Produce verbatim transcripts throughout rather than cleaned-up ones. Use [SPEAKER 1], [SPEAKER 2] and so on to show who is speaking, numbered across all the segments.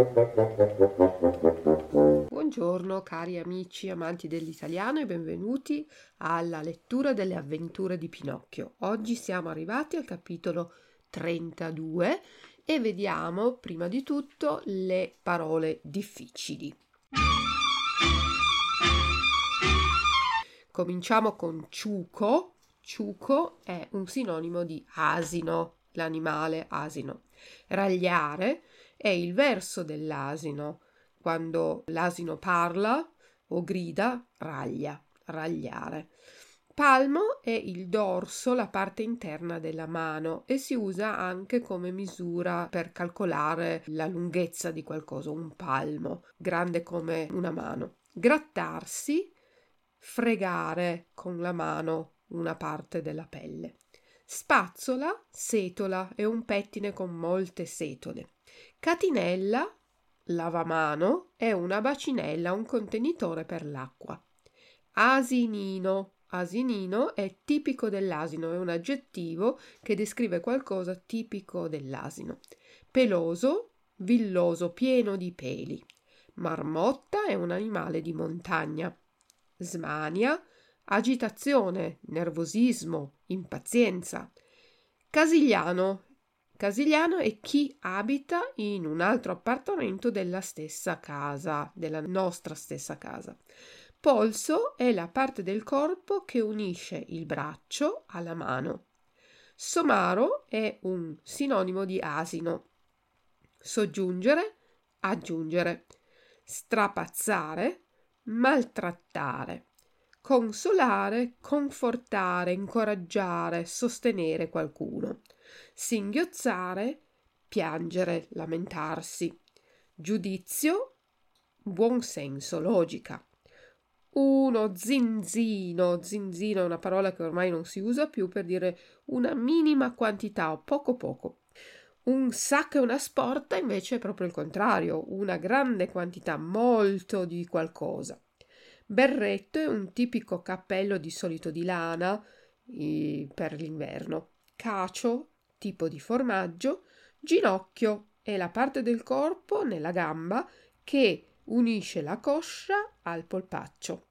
[SPEAKER 1] Buongiorno cari amici amanti dell'italiano e benvenuti alla lettura delle avventure di Pinocchio. Oggi siamo arrivati al capitolo trentadue e vediamo prima di tutto le parole difficili. Cominciamo con ciuco. Ciuco è un sinonimo di asino, l'animale asino. Ragliare è il verso dell'asino. Quando l'asino parla o grida, raglia, ragliare. Palmo è il dorso, la parte interna della mano, e si usa anche come misura per calcolare la lunghezza di qualcosa, un palmo, grande come una mano. Grattarsi, fregare con la mano una parte della pelle. Spazzola, setola, è un pettine con molte setole. Catinella, lavamano, è una bacinella, un contenitore per l'acqua. Asinino, asinino è tipico dell'asino, è un aggettivo che descrive qualcosa tipico dell'asino. Peloso, villoso, pieno di peli. Marmotta è un animale di montagna. Smania, agitazione, nervosismo, impazienza. Casigliano, Casigliano è chi abita in un altro appartamento della stessa casa, della nostra stessa casa. Polso è la parte del corpo che unisce il braccio alla mano. Somaro è un sinonimo di asino. Soggiungere, aggiungere. Strapazzare, maltrattare. Consolare, confortare, incoraggiare, sostenere qualcuno. Singhiozzare, piangere, lamentarsi. Giudizio, buon senso, logica. Uno zinzino, zinzino è una parola che ormai non si usa più per dire una minima quantità o poco poco. Un sacco e una sporta invece è proprio il contrario, una grande quantità, molto di qualcosa. Berretto è un tipico cappello di solito di lana eh, per l'inverno. Cacio, tipo di formaggio. Ginocchio è la parte del corpo nella gamba che unisce la coscia al polpaccio.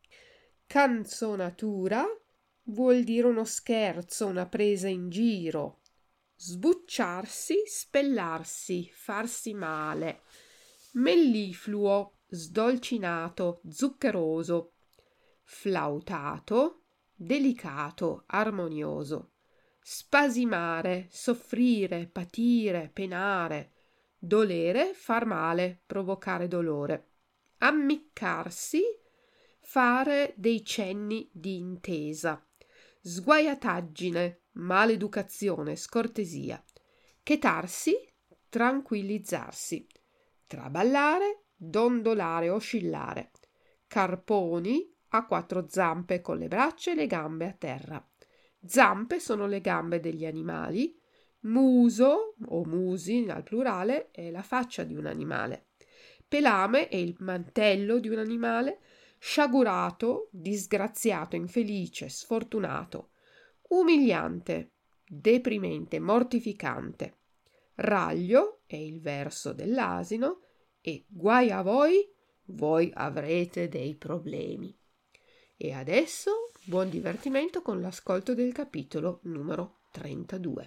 [SPEAKER 1] Canzonatura vuol dire uno scherzo, una presa in giro. Sbucciarsi, spellarsi, farsi male. Mellifluo, sdolcinato, zuccheroso. Flautato, delicato, armonioso. Spasimare, soffrire, patire, penare. Dolere, far male, provocare dolore. Ammiccarsi, fare dei cenni di intesa. Sguaiataggine, maleducazione, scortesia. Chetarsi, tranquillizzarsi. Traballare, dondolare, oscillare. Carponi, a quattro zampe con le braccia e le gambe a terra. Zampe sono le gambe degli animali. Muso, o musi al plurale, è la faccia di un animale. Pelame è il mantello di un animale. Sciagurato, disgraziato, infelice, sfortunato. Umiliante, deprimente, mortificante. Raglio è il verso dell'asino e guai a voi, voi avrete dei problemi. E adesso buon divertimento con l'ascolto del capitolo numero trentadue.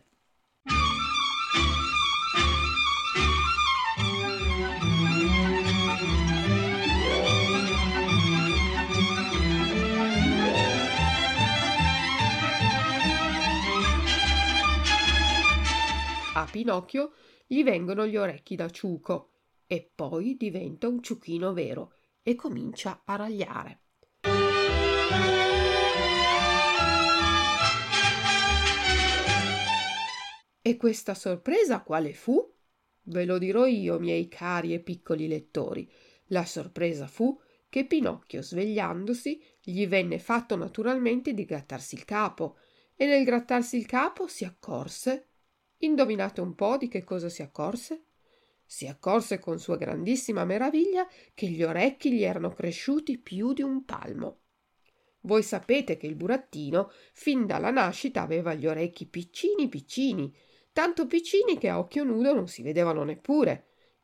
[SPEAKER 1] A Pinocchio gli vengono gli orecchi da ciuco e poi diventa un ciuchino vero e comincia a ragliare. E questa sorpresa quale fu? Ve lo dirò io, miei cari e piccoli lettori. La sorpresa fu che Pinocchio, svegliandosi, gli venne fatto naturalmente di grattarsi il capo, e nel grattarsi il capo si accorse. Indovinate un po' di che cosa si accorse? Si accorse con sua grandissima meraviglia che gli orecchi gli erano cresciuti più di un palmo. Voi sapete che il burattino fin dalla nascita aveva gli orecchi piccini piccini, tanto piccini che a occhio nudo non si vedevano neppure,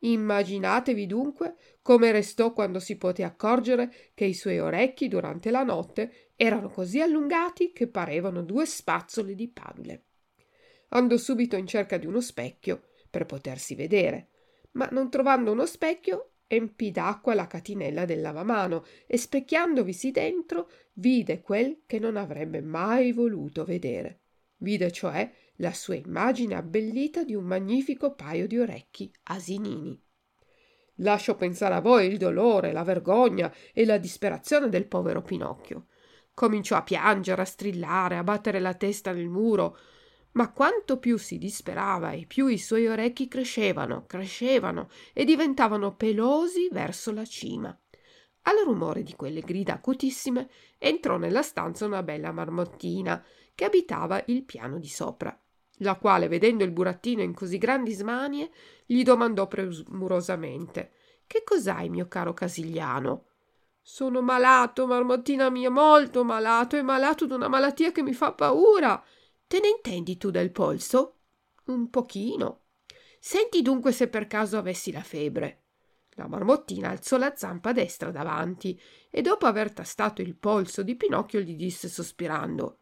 [SPEAKER 1] Immaginatevi dunque come restò quando si poté accorgere che i suoi orecchi durante la notte erano così allungati che parevano due spazzole di padule. Andò subito in cerca di uno specchio per potersi vedere, ma non trovando uno specchio empì d'acqua la catinella del lavamano e specchiandovisi dentro vide quel che non avrebbe mai voluto vedere. Vide cioè la sua immagine abbellita di un magnifico paio di orecchi asinini. Lascio pensare a voi il dolore, la vergogna e la disperazione del povero Pinocchio. Cominciò a piangere, a strillare, a battere la testa nel muro, ma quanto più si disperava e più i suoi orecchi crescevano, crescevano e diventavano pelosi verso la cima. Al rumore di quelle grida acutissime entrò nella stanza una bella marmottina che abitava il piano di sopra, la quale, vedendo il burattino in così grandi smanie, gli domandò premurosamente: «Che cos'hai, mio caro Casigliano?» «Sono malato, marmottina mia, molto malato, e malato d'una malattia che mi fa paura». «Te ne intendi tu del polso?» «Un pochino». «Senti dunque se per caso avessi la febbre». La marmottina alzò la zampa destra davanti e dopo aver tastato il polso di Pinocchio gli disse sospirando: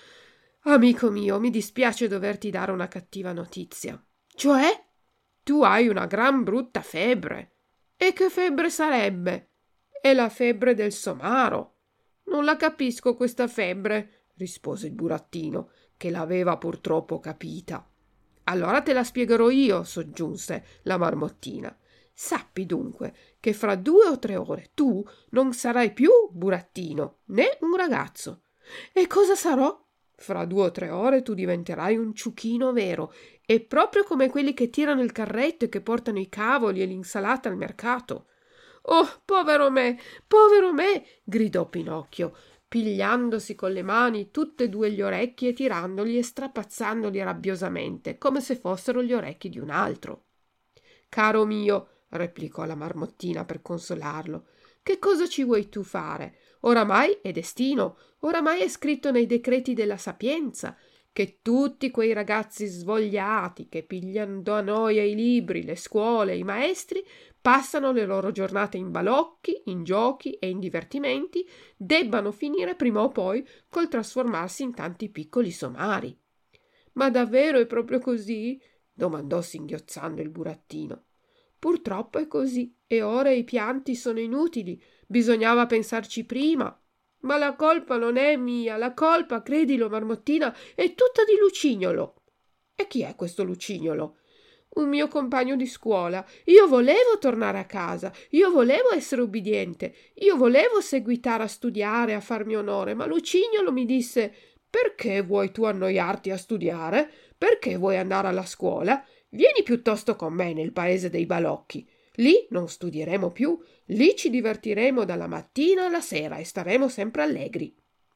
[SPEAKER 1] «Amico mio, mi dispiace doverti dare una cattiva notizia». «Cioè?» «Tu hai una gran brutta febbre». «E che febbre sarebbe?» «È la febbre del somaro». «Non la capisco questa febbre», rispose il burattino, che l'aveva purtroppo capita. «Allora te la spiegherò io», soggiunse la marmottina. «Sappi dunque che fra due o tre ore tu non sarai più burattino né un ragazzo». «E cosa sarò?» «Fra due o tre ore tu diventerai un ciuchino vero, e proprio come quelli che tirano il carretto e che portano i cavoli e l'insalata al mercato». «Oh, povero me, povero me!» gridò Pinocchio, pigliandosi con le mani tutti e due gli orecchi e tirandoli e strapazzandoli rabbiosamente, come se fossero gli orecchi di un altro. «Caro mio», replicò la marmottina per consolarlo, «che cosa ci vuoi tu fare? Oramai è destino, oramai è scritto nei decreti della sapienza, che tutti quei ragazzi svogliati che pigliano a noia i libri, le scuole, i maestri, passano le loro giornate in balocchi, in giochi e in divertimenti, debbano finire prima o poi col trasformarsi in tanti piccoli somari». «Ma davvero è proprio così?» domandò singhiozzando il burattino. «Purtroppo è così, e ora i pianti sono inutili, bisognava pensarci prima. Ma la colpa non è mia, la colpa, credilo, marmottina, è tutta di Lucignolo». «E chi è questo Lucignolo?» «Un mio compagno di scuola. Io volevo tornare a casa, io volevo essere ubbidiente, io volevo seguitare a studiare, a farmi onore, ma Lucignolo mi disse: «Perché vuoi tu annoiarti a studiare? Perché vuoi andare alla scuola? Vieni piuttosto con me nel paese dei balocchi. Lì non studieremo più, lì ci divertiremo dalla mattina alla sera e staremo sempre allegri».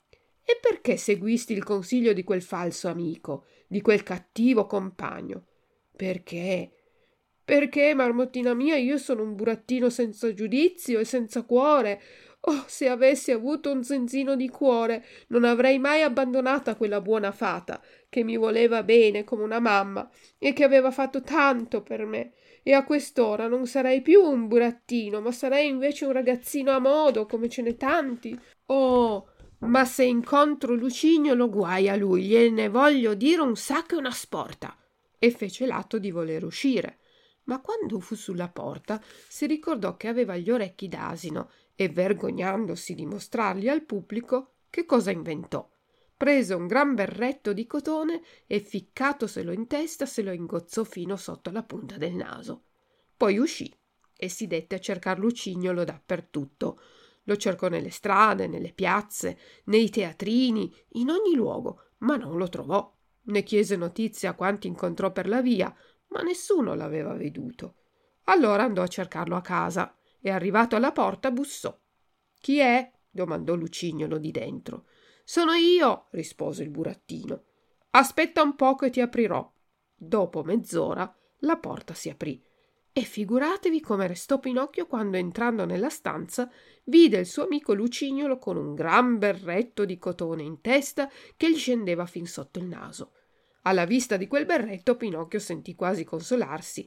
[SPEAKER 1] «E perché seguisti il consiglio di quel falso amico, di quel cattivo compagno?» «Perché? Perché, marmottina mia, io sono un burattino senza giudizio e senza cuore. Oh, se avessi avuto un zenzino di cuore, non avrei mai abbandonata quella buona fata, che mi voleva bene come una mamma e che aveva fatto tanto per me. E a quest'ora non sarei più un burattino, ma sarei invece un ragazzino a modo, come ce n'è tanti. Oh, ma se incontro Lucignolo, guai a lui, gliene voglio dire un sacco e una sporta». E fece l'atto di voler uscire, ma quando fu sulla porta si ricordò che aveva gli orecchi d'asino e, vergognandosi di mostrarli al pubblico, che cosa inventò? Prese un gran berretto di cotone e, ficcatoselo in testa, se lo ingozzò fino sotto la punta del naso. Poi uscì e si dette a cercar Lucignolo dappertutto. Lo cercò nelle strade, nelle piazze, nei teatrini, in ogni luogo, ma non lo trovò. Ne chiese notizia a quanti incontrò per la via, ma nessuno l'aveva veduto. Allora andò a cercarlo a casa e, arrivato alla porta, bussò. «Chi è?» domandò Lucignolo di dentro. «Sono io», rispose il burattino. «Aspetta un poco e ti aprirò». Dopo mezz'ora la porta si aprì e figuratevi come restò Pinocchio quando, entrando nella stanza, vide il suo amico Lucignolo con un gran berretto di cotone in testa che gli scendeva fin sotto il naso. Alla vista di quel berretto Pinocchio sentì quasi consolarsi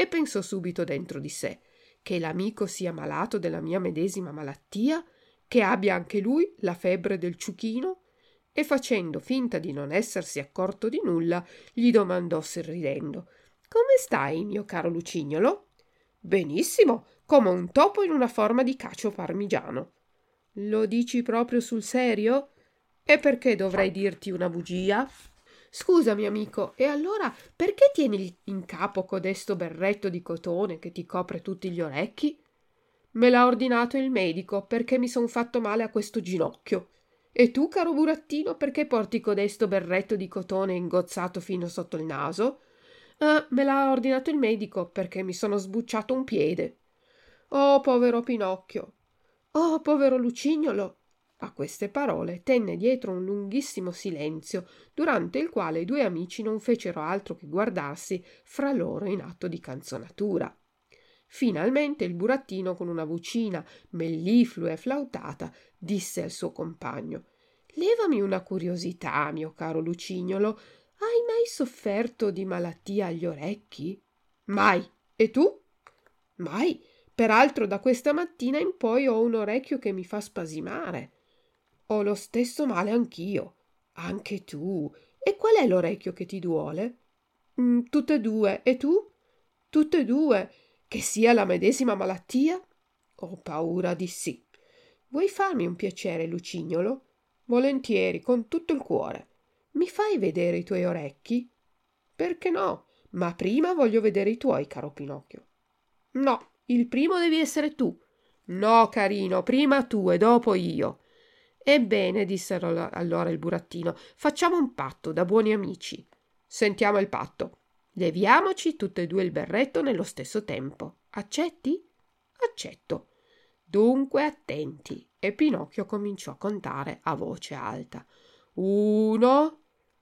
[SPEAKER 1] e pensò subito dentro di sé: che l'amico sia malato della mia medesima malattia, che abbia anche lui la febbre del ciuchino? E facendo finta di non essersi accorto di nulla, gli domandò sorridendo: come stai, mio caro Lucignolo? Benissimo, come un topo in una forma di cacio parmigiano. Lo dici proprio sul serio? E perché dovrei dirti una bugia? Scusami, amico, e allora perché tieni in capo codesto berretto di cotone che ti copre tutti gli orecchi? Me l'ha ordinato il medico perché mi son fatto male a questo ginocchio. E tu, caro burattino, perché porti codesto berretto di cotone ingozzato fino sotto il naso? Ah, me l'ha ordinato il medico perché mi sono sbucciato un piede. Oh, povero Pinocchio! Oh, povero Lucignolo! A queste parole tenne dietro un lunghissimo silenzio, durante il quale i due amici non fecero altro che guardarsi fra loro in atto di canzonatura. Finalmente il burattino, con una vocina melliflua e flautata, disse al suo compagno: levami una curiosità, mio caro Lucignolo, hai mai sofferto di malattia agli orecchi? Mai. E tu? Mai. Peraltro da questa mattina in poi ho un orecchio che mi fa spasimare. Ho lo stesso male anch'io. Anche tu. E qual è l'orecchio che ti duole? Mm, tutte e due. E tu? Tutte e due. Che sia la medesima malattia? Ho paura di sì. Vuoi farmi un piacere, Lucignolo? Volentieri, con tutto il cuore. Mi fai vedere i tuoi orecchi? Perché no? Ma prima voglio vedere i tuoi, caro Pinocchio. No, il primo devi essere tu. No, carino, prima tu e dopo io. Ebbene, disse allora il burattino, facciamo un patto da buoni amici. Sentiamo il patto. Leviamoci tutte e due il berretto nello stesso tempo. Accetti? Accetto. Dunque attenti. E Pinocchio cominciò a contare a voce alta. Uno,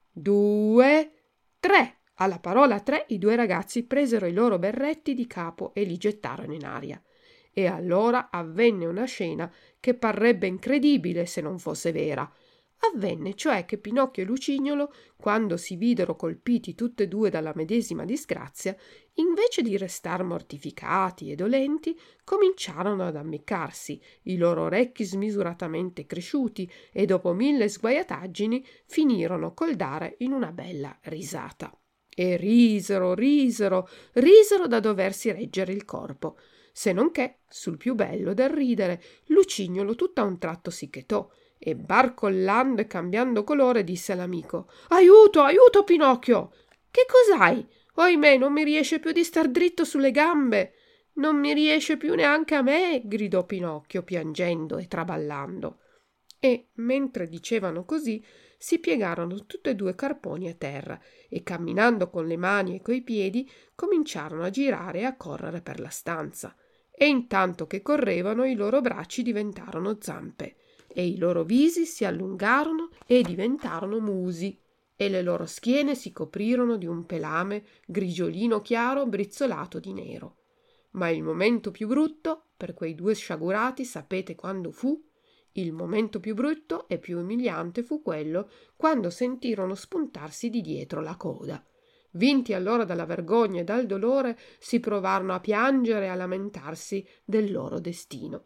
[SPEAKER 1] due, tre. Alla parola tre i due ragazzi presero i loro berretti di capo e li gettarono in aria. E allora avvenne una scena che parrebbe incredibile se non fosse vera. Avvenne cioè che Pinocchio e Lucignolo, quando si videro colpiti tutte e due dalla medesima disgrazia, invece di restar mortificati e dolenti, cominciarono ad ammiccarsi, i loro orecchi smisuratamente cresciuti, e dopo mille sguaiataggini finirono col dare in una bella risata. E risero, risero, risero da doversi reggere il corpo, se non che, sul più bello del ridere, Lucignolo tutt'a un tratto si chetò e, barcollando e cambiando colore, disse all'amico: aiuto, aiuto, Pinocchio! Che cos'hai? Oimè, non mi riesce più di star dritto sulle gambe. Non mi riesce più neanche a me, gridò Pinocchio, piangendo e traballando. E, mentre dicevano così, si piegarono tutti e due carponi a terra e, camminando con le mani e coi piedi, cominciarono a girare e a correre per la stanza. E intanto che correvano, i loro bracci diventarono zampe, e i loro visi si allungarono e diventarono musi, e le loro schiene si coprirono di un pelame grigiolino chiaro brizzolato di nero. Ma il momento più brutto per quei due sciagurati sapete quando fu? Il momento più brutto e più umiliante fu quello quando sentirono spuntarsi di dietro la coda. Vinti allora dalla vergogna e dal dolore, si provarono a piangere e a lamentarsi del loro destino.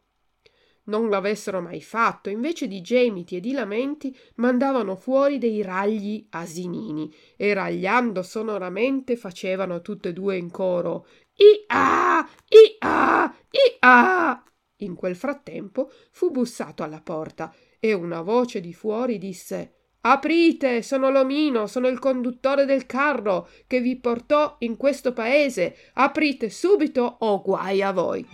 [SPEAKER 1] Non l'avessero mai fatto, invece di gemiti e di lamenti mandavano fuori dei ragli asinini e, ragliando sonoramente, facevano tutte e due in coro: i-a, i-a, i-a. In quel frattempo fu bussato alla porta e una voce di fuori disse: aprite, sono l'omino, sono il conduttore del carro che vi portò in questo paese. Aprite subito o guai a voi.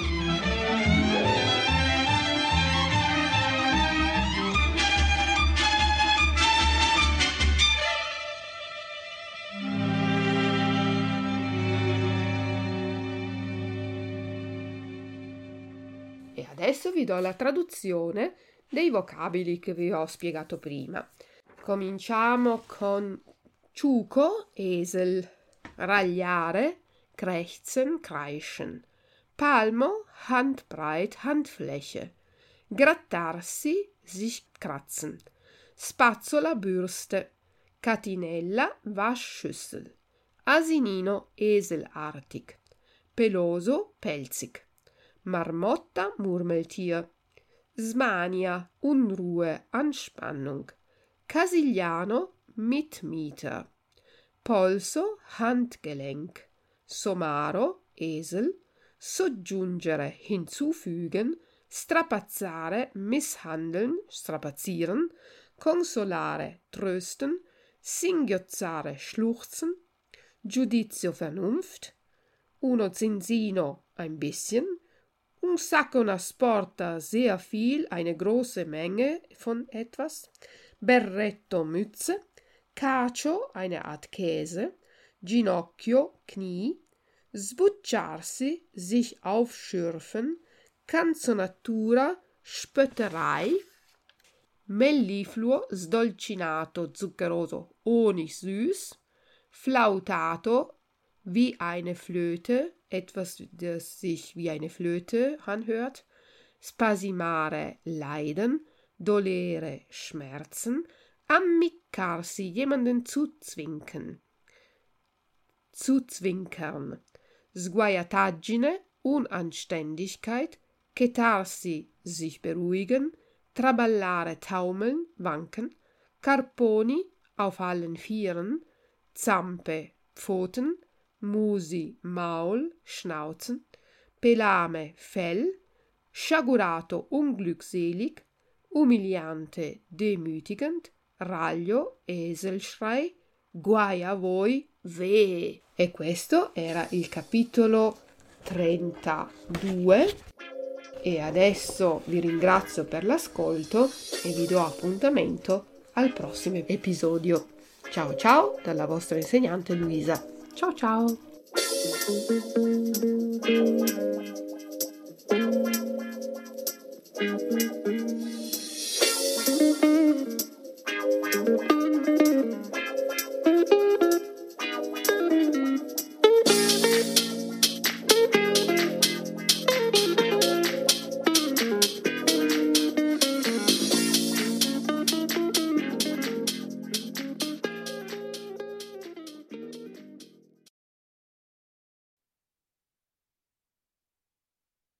[SPEAKER 1] E adesso vi do la traduzione dei vocaboli che vi ho spiegato prima. Cominciamo con ciuco, esel, ragliare, krächzen, kreischen, palmo, handbreit, Handfläche, grattarsi, sich kratzen, spazzola, Bürste, catinella, Waschschüssel, asinino, eselartig, peloso, pelzig. Marmotta, Murmeltier. Smania, Unruhe, Anspannung. Casigliano, Mitmieter. Polso, Handgelenk. Somaro, Esel. Soggiungere, hinzufügen. Strapazzare, misshandeln, strapazieren. Consolare, trösten. Singhiozzare, schluchzen. Giudizio, Vernunft. Uno zinzino, ein bisschen. Un sacco nasporta, sehr viel, eine große Menge von etwas. Berretto, Mütze. Cacio, eine Art Käse. Ginocchio, Knie. Sbucciarsi, sich aufschürfen. Canzonatura, Spötterei. Mellifluo, sdolcinato, zuccheroso, honig-süß. Flautato, wie eine Flöte, etwas, das sich wie eine Flöte anhört. Spasimare, leiden. Dolere, Schmerzen. Ammiccarsi, jemanden zuzwinken. Zuzwinkern. Sguaiataggine, Unanständigkeit. Chetarsi, sich beruhigen. Traballare, taumeln, wanken. Carponi, auf allen Vieren. Zampe, Pfoten. Musi, Maul, Schnauzen. Pelame, Fell. Sciagurato, unglückselig. Umiliante, demütigend. Raglio, Eselschrei. Guai a voi, weh. E questo era il capitolo trentadue. E adesso vi ringrazio per l'ascolto e vi do appuntamento al prossimo episodio. Ciao ciao dalla vostra insegnante Luisa. Ciao ciao! Thank you.